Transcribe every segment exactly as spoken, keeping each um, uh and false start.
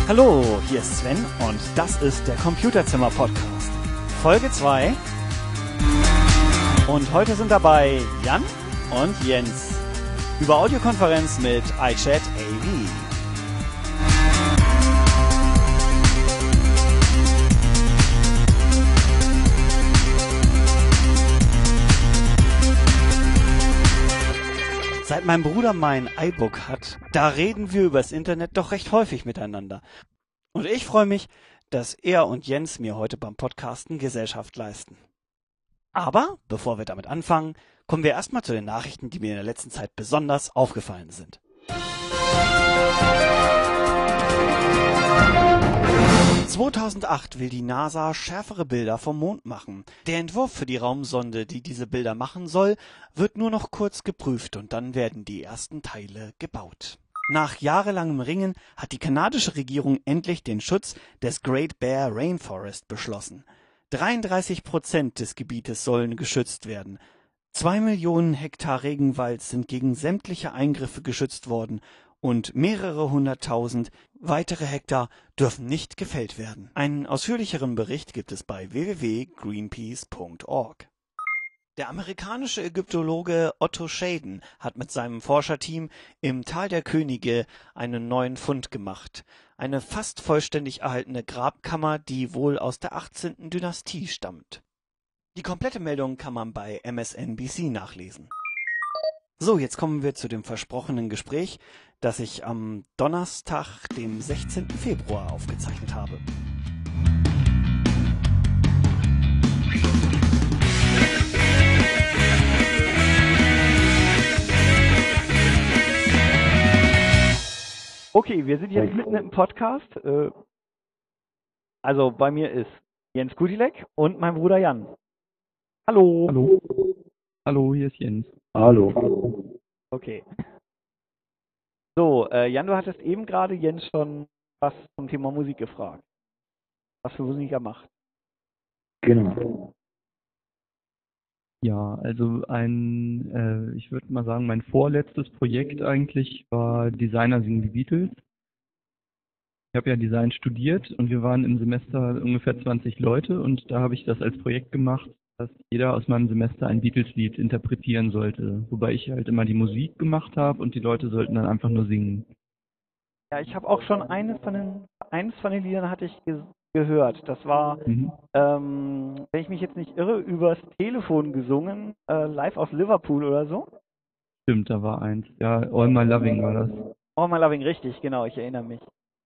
Hallo, hier ist Sven und das ist der Computerzimmer-Podcast. Folge zwei. Und heute sind dabei Jan und Jens über Audiokonferenz mit iChat A V. Seit mein Bruder mein iBook hat, da reden wir übers Internet doch recht häufig miteinander. Und ich freue mich, dass er und Jens mir heute beim Podcasten Gesellschaft leisten. Aber bevor wir damit anfangen, kommen wir erstmal zu den Nachrichten, die mir in der letzten Zeit besonders aufgefallen sind. zweitausendacht will die NASA schärfere Bilder vom Mond machen. Der Entwurf für die Raumsonde, die diese Bilder machen soll, wird nur noch kurz geprüft und dann werden die ersten Teile gebaut. Nach jahrelangem Ringen hat die kanadische Regierung endlich den Schutz des Great Bear Rainforest beschlossen. dreiunddreißig Prozent des Gebietes sollen geschützt werden. Zwei Millionen Hektar Regenwald sind gegen sämtliche Eingriffe geschützt worden und mehrere hunderttausend weitere Hektar dürfen nicht gefällt werden. Einen ausführlicheren Bericht gibt es bei w w w punkt greenpeace punkt org. Der amerikanische Ägyptologe Otto Schaden hat mit seinem Forscherteam im Tal der Könige einen neuen Fund gemacht. Eine fast vollständig erhaltene Grabkammer, die wohl aus der achtzehnten Dynastie stammt. Die komplette Meldung kann man bei M S N B C nachlesen. So, jetzt kommen wir zu dem versprochenen Gespräch, das ich am Donnerstag, dem sechzehnten Februar aufgezeichnet habe. Okay, wir sind jetzt mitten im Podcast. Also bei mir ist Jens Kudilek und mein Bruder Jan. Hallo. Hallo. Hallo, hier ist Jens. Hallo. Okay. So, äh, Jan, du hattest eben gerade Jens schon was zum Thema Musik gefragt. Was für Musik er macht. Genau. Ja, also ein, äh, ich würde mal sagen, mein vorletztes Projekt eigentlich war Designer singen die Beatles. Ich habe ja Design studiert und wir waren im Semester ungefähr zwanzig Leute und da habe ich das als Projekt gemacht, dass jeder aus meinem Semester ein Beatles-Lied interpretieren sollte. Wobei ich halt immer die Musik gemacht habe und die Leute sollten dann einfach nur singen. Ja, ich habe auch schon eines von den, eines von den Liedern hatte ich ge gehört. Das war, Mhm. ähm, wenn ich mich jetzt nicht irre, übers Telefon gesungen, äh, live aus Liverpool oder so. Stimmt, da war eins. Ja, All My Loving war das. Oh, My Loving, richtig, genau, ich erinnere mich.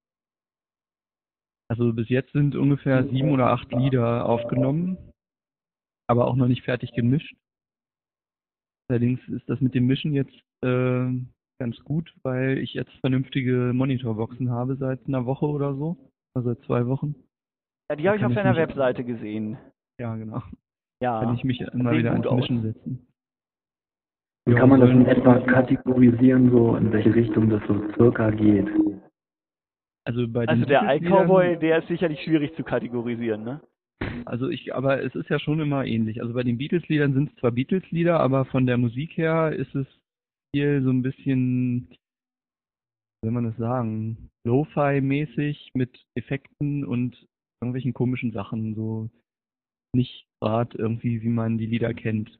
Also bis jetzt sind ungefähr sieben oder acht Lieder aufgenommen, aber auch noch nicht fertig gemischt. Allerdings ist das mit dem Mischen jetzt äh, ganz gut, weil ich jetzt vernünftige Monitorboxen habe seit einer Woche oder so, also seit zwei Wochen. Ja, die habe ich kann auf ich deiner mich- Webseite gesehen. Ja, genau. Ja, Kann ich mich immer sehen wieder gut ans aus. Mischen setzen. Und Ja, kann man das in sollen- etwa kategorisieren, so in welche Richtung das so circa geht? Also bei Also den der Beatles-Liedern- iCowboy, der ist sicherlich schwierig zu kategorisieren, ne? Also ich, aber es ist ja schon immer ähnlich. Also bei den Beatles-Liedern sind es zwar Beatles-Lieder, aber von der Musik her ist es viel so ein bisschen, wie soll man das sagen, Lo-Fi-mäßig mit Effekten und irgendwelchen komischen Sachen, so nicht gerade irgendwie, wie man die Lieder kennt.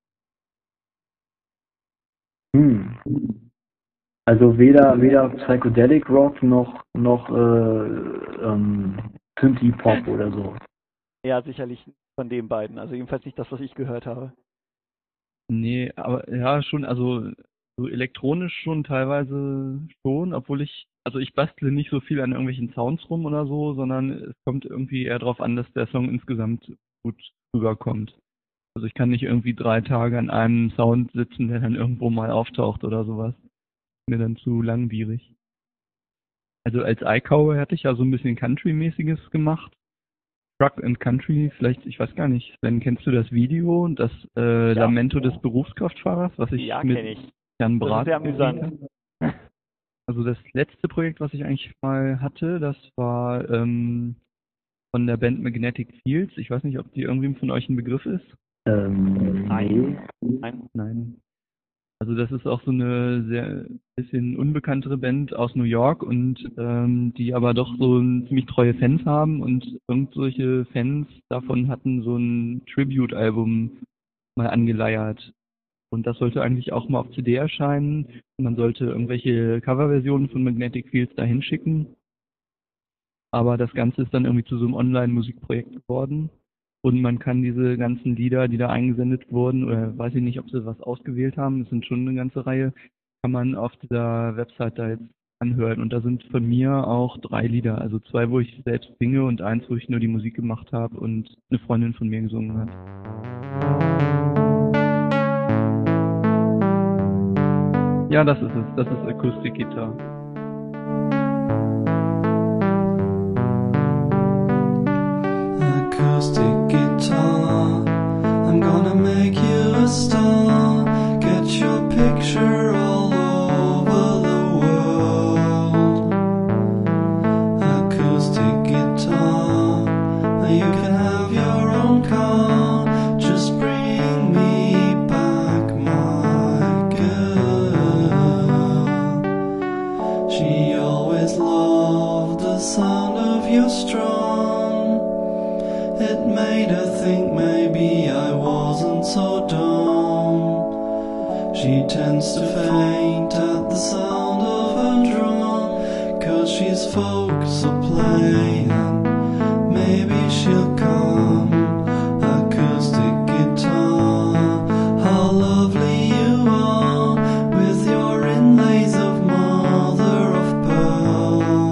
Hm. Also weder weder Psychedelic Rock noch noch äh, ähm, Synthie Pop oder so. Ja, sicherlich von den beiden. Also jedenfalls nicht das, was ich gehört habe. Nee, aber ja, schon, also so elektronisch schon teilweise schon, obwohl ich, also ich bastle nicht so viel an irgendwelchen Sounds rum oder so, sondern es kommt irgendwie eher darauf an, dass der Song insgesamt gut rüberkommt. Also ich kann nicht irgendwie drei Tage an einem Sound sitzen, der dann irgendwo mal auftaucht oder sowas. Mir dann zu langwierig. Also als iCowboy hatte ich ja so ein bisschen Country-mäßiges gemacht. Truck and Country, vielleicht, ich weiß gar nicht, Sven, kennst du das Video, das äh, Ja. Lamento des Berufskraftfahrers, was ich Ja, mit kenne ich. Jan Das ist Brat sehr gedreht amüsant. habe? Also das letzte Projekt, was ich eigentlich mal hatte, das war ähm, von der Band Magnetic Fields. Ich weiß nicht, ob die irgendwem von euch ein Begriff ist. Ähm, nee. Nein. Nein. Also das ist auch so eine sehr bisschen unbekanntere Band aus New York und ähm, die aber doch so ein, ziemlich treue Fans haben und irgend solche Fans davon hatten so ein Tribute-Album mal angeleiert. Und das sollte eigentlich auch mal auf C D erscheinen. Man sollte irgendwelche Coverversionen von Magnetic Fields da hinschicken. Aber das Ganze ist dann irgendwie zu so einem Online-Musikprojekt geworden. Und man kann diese ganzen Lieder, die da eingesendet wurden, oder weiß ich nicht, ob sie was ausgewählt haben, es sind schon eine ganze Reihe, kann man auf dieser Website da jetzt anhören. Und da sind von mir auch drei Lieder, also zwei, wo ich selbst singe und eins, wo ich nur die Musik gemacht habe und eine Freundin von mir gesungen hat. Ja, das ist es, das ist Akustikgitarre. Acoustic guitar, I'm gonna make you a star, get your picture all over the world. Acoustic guitar, you can have your own car, just bring me back my girl. She always loved the sound of your strum. It made her think maybe I wasn't so dumb. She tends to faint at the sound of her drum, 'cause she's folks are playing, maybe she'll come. Acoustic guitar, how lovely you are, with your inlays of mother of pearl.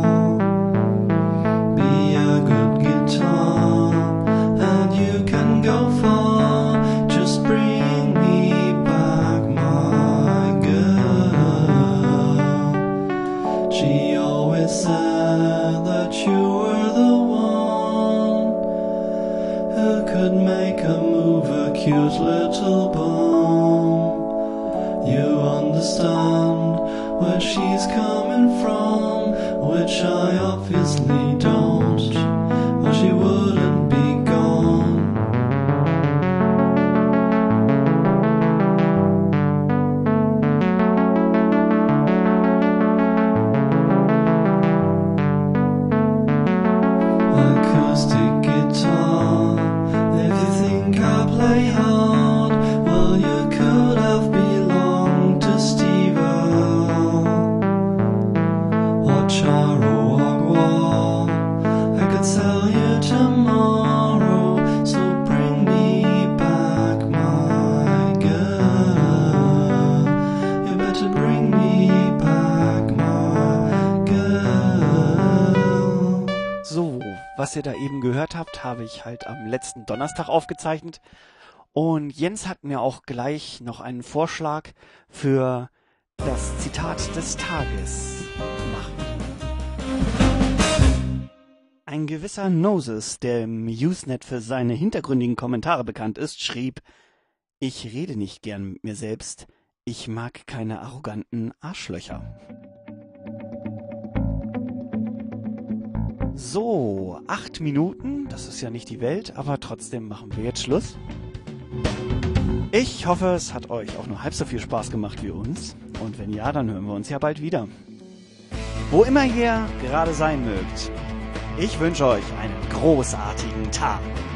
Be a good guitar, you can go far, just bring me back my girl. She always said that you were the one who could make a move a cute little bum. You understand where she's coming from, which I obviously don't, or she wouldn't be gone. Acoustic guitar, if you think I play hard, well you could have belonged to Steve Earle or Charo Agua. I could sell you tomorrow, so bring me back my girl. You better bring me back my girl. So, was ihr da eben gehört habt, habe ich halt am letzten Donnerstag aufgezeichnet. Und Jens hat mir auch gleich noch einen Vorschlag für das Zitat des Tages gemacht. Ein gewisser Noses, der im Usenet für seine hintergründigen Kommentare bekannt ist, schrieb: Ich rede nicht gern mit mir selbst, ich mag keine arroganten Arschlöcher. So, acht Minuten, das ist ja nicht die Welt, aber trotzdem machen wir jetzt Schluss. Ich hoffe, es hat euch auch nur halb so viel Spaß gemacht wie uns. Und wenn ja, dann hören wir uns ja bald wieder. Wo immer ihr gerade sein mögt, ich wünsche euch einen großartigen Tag.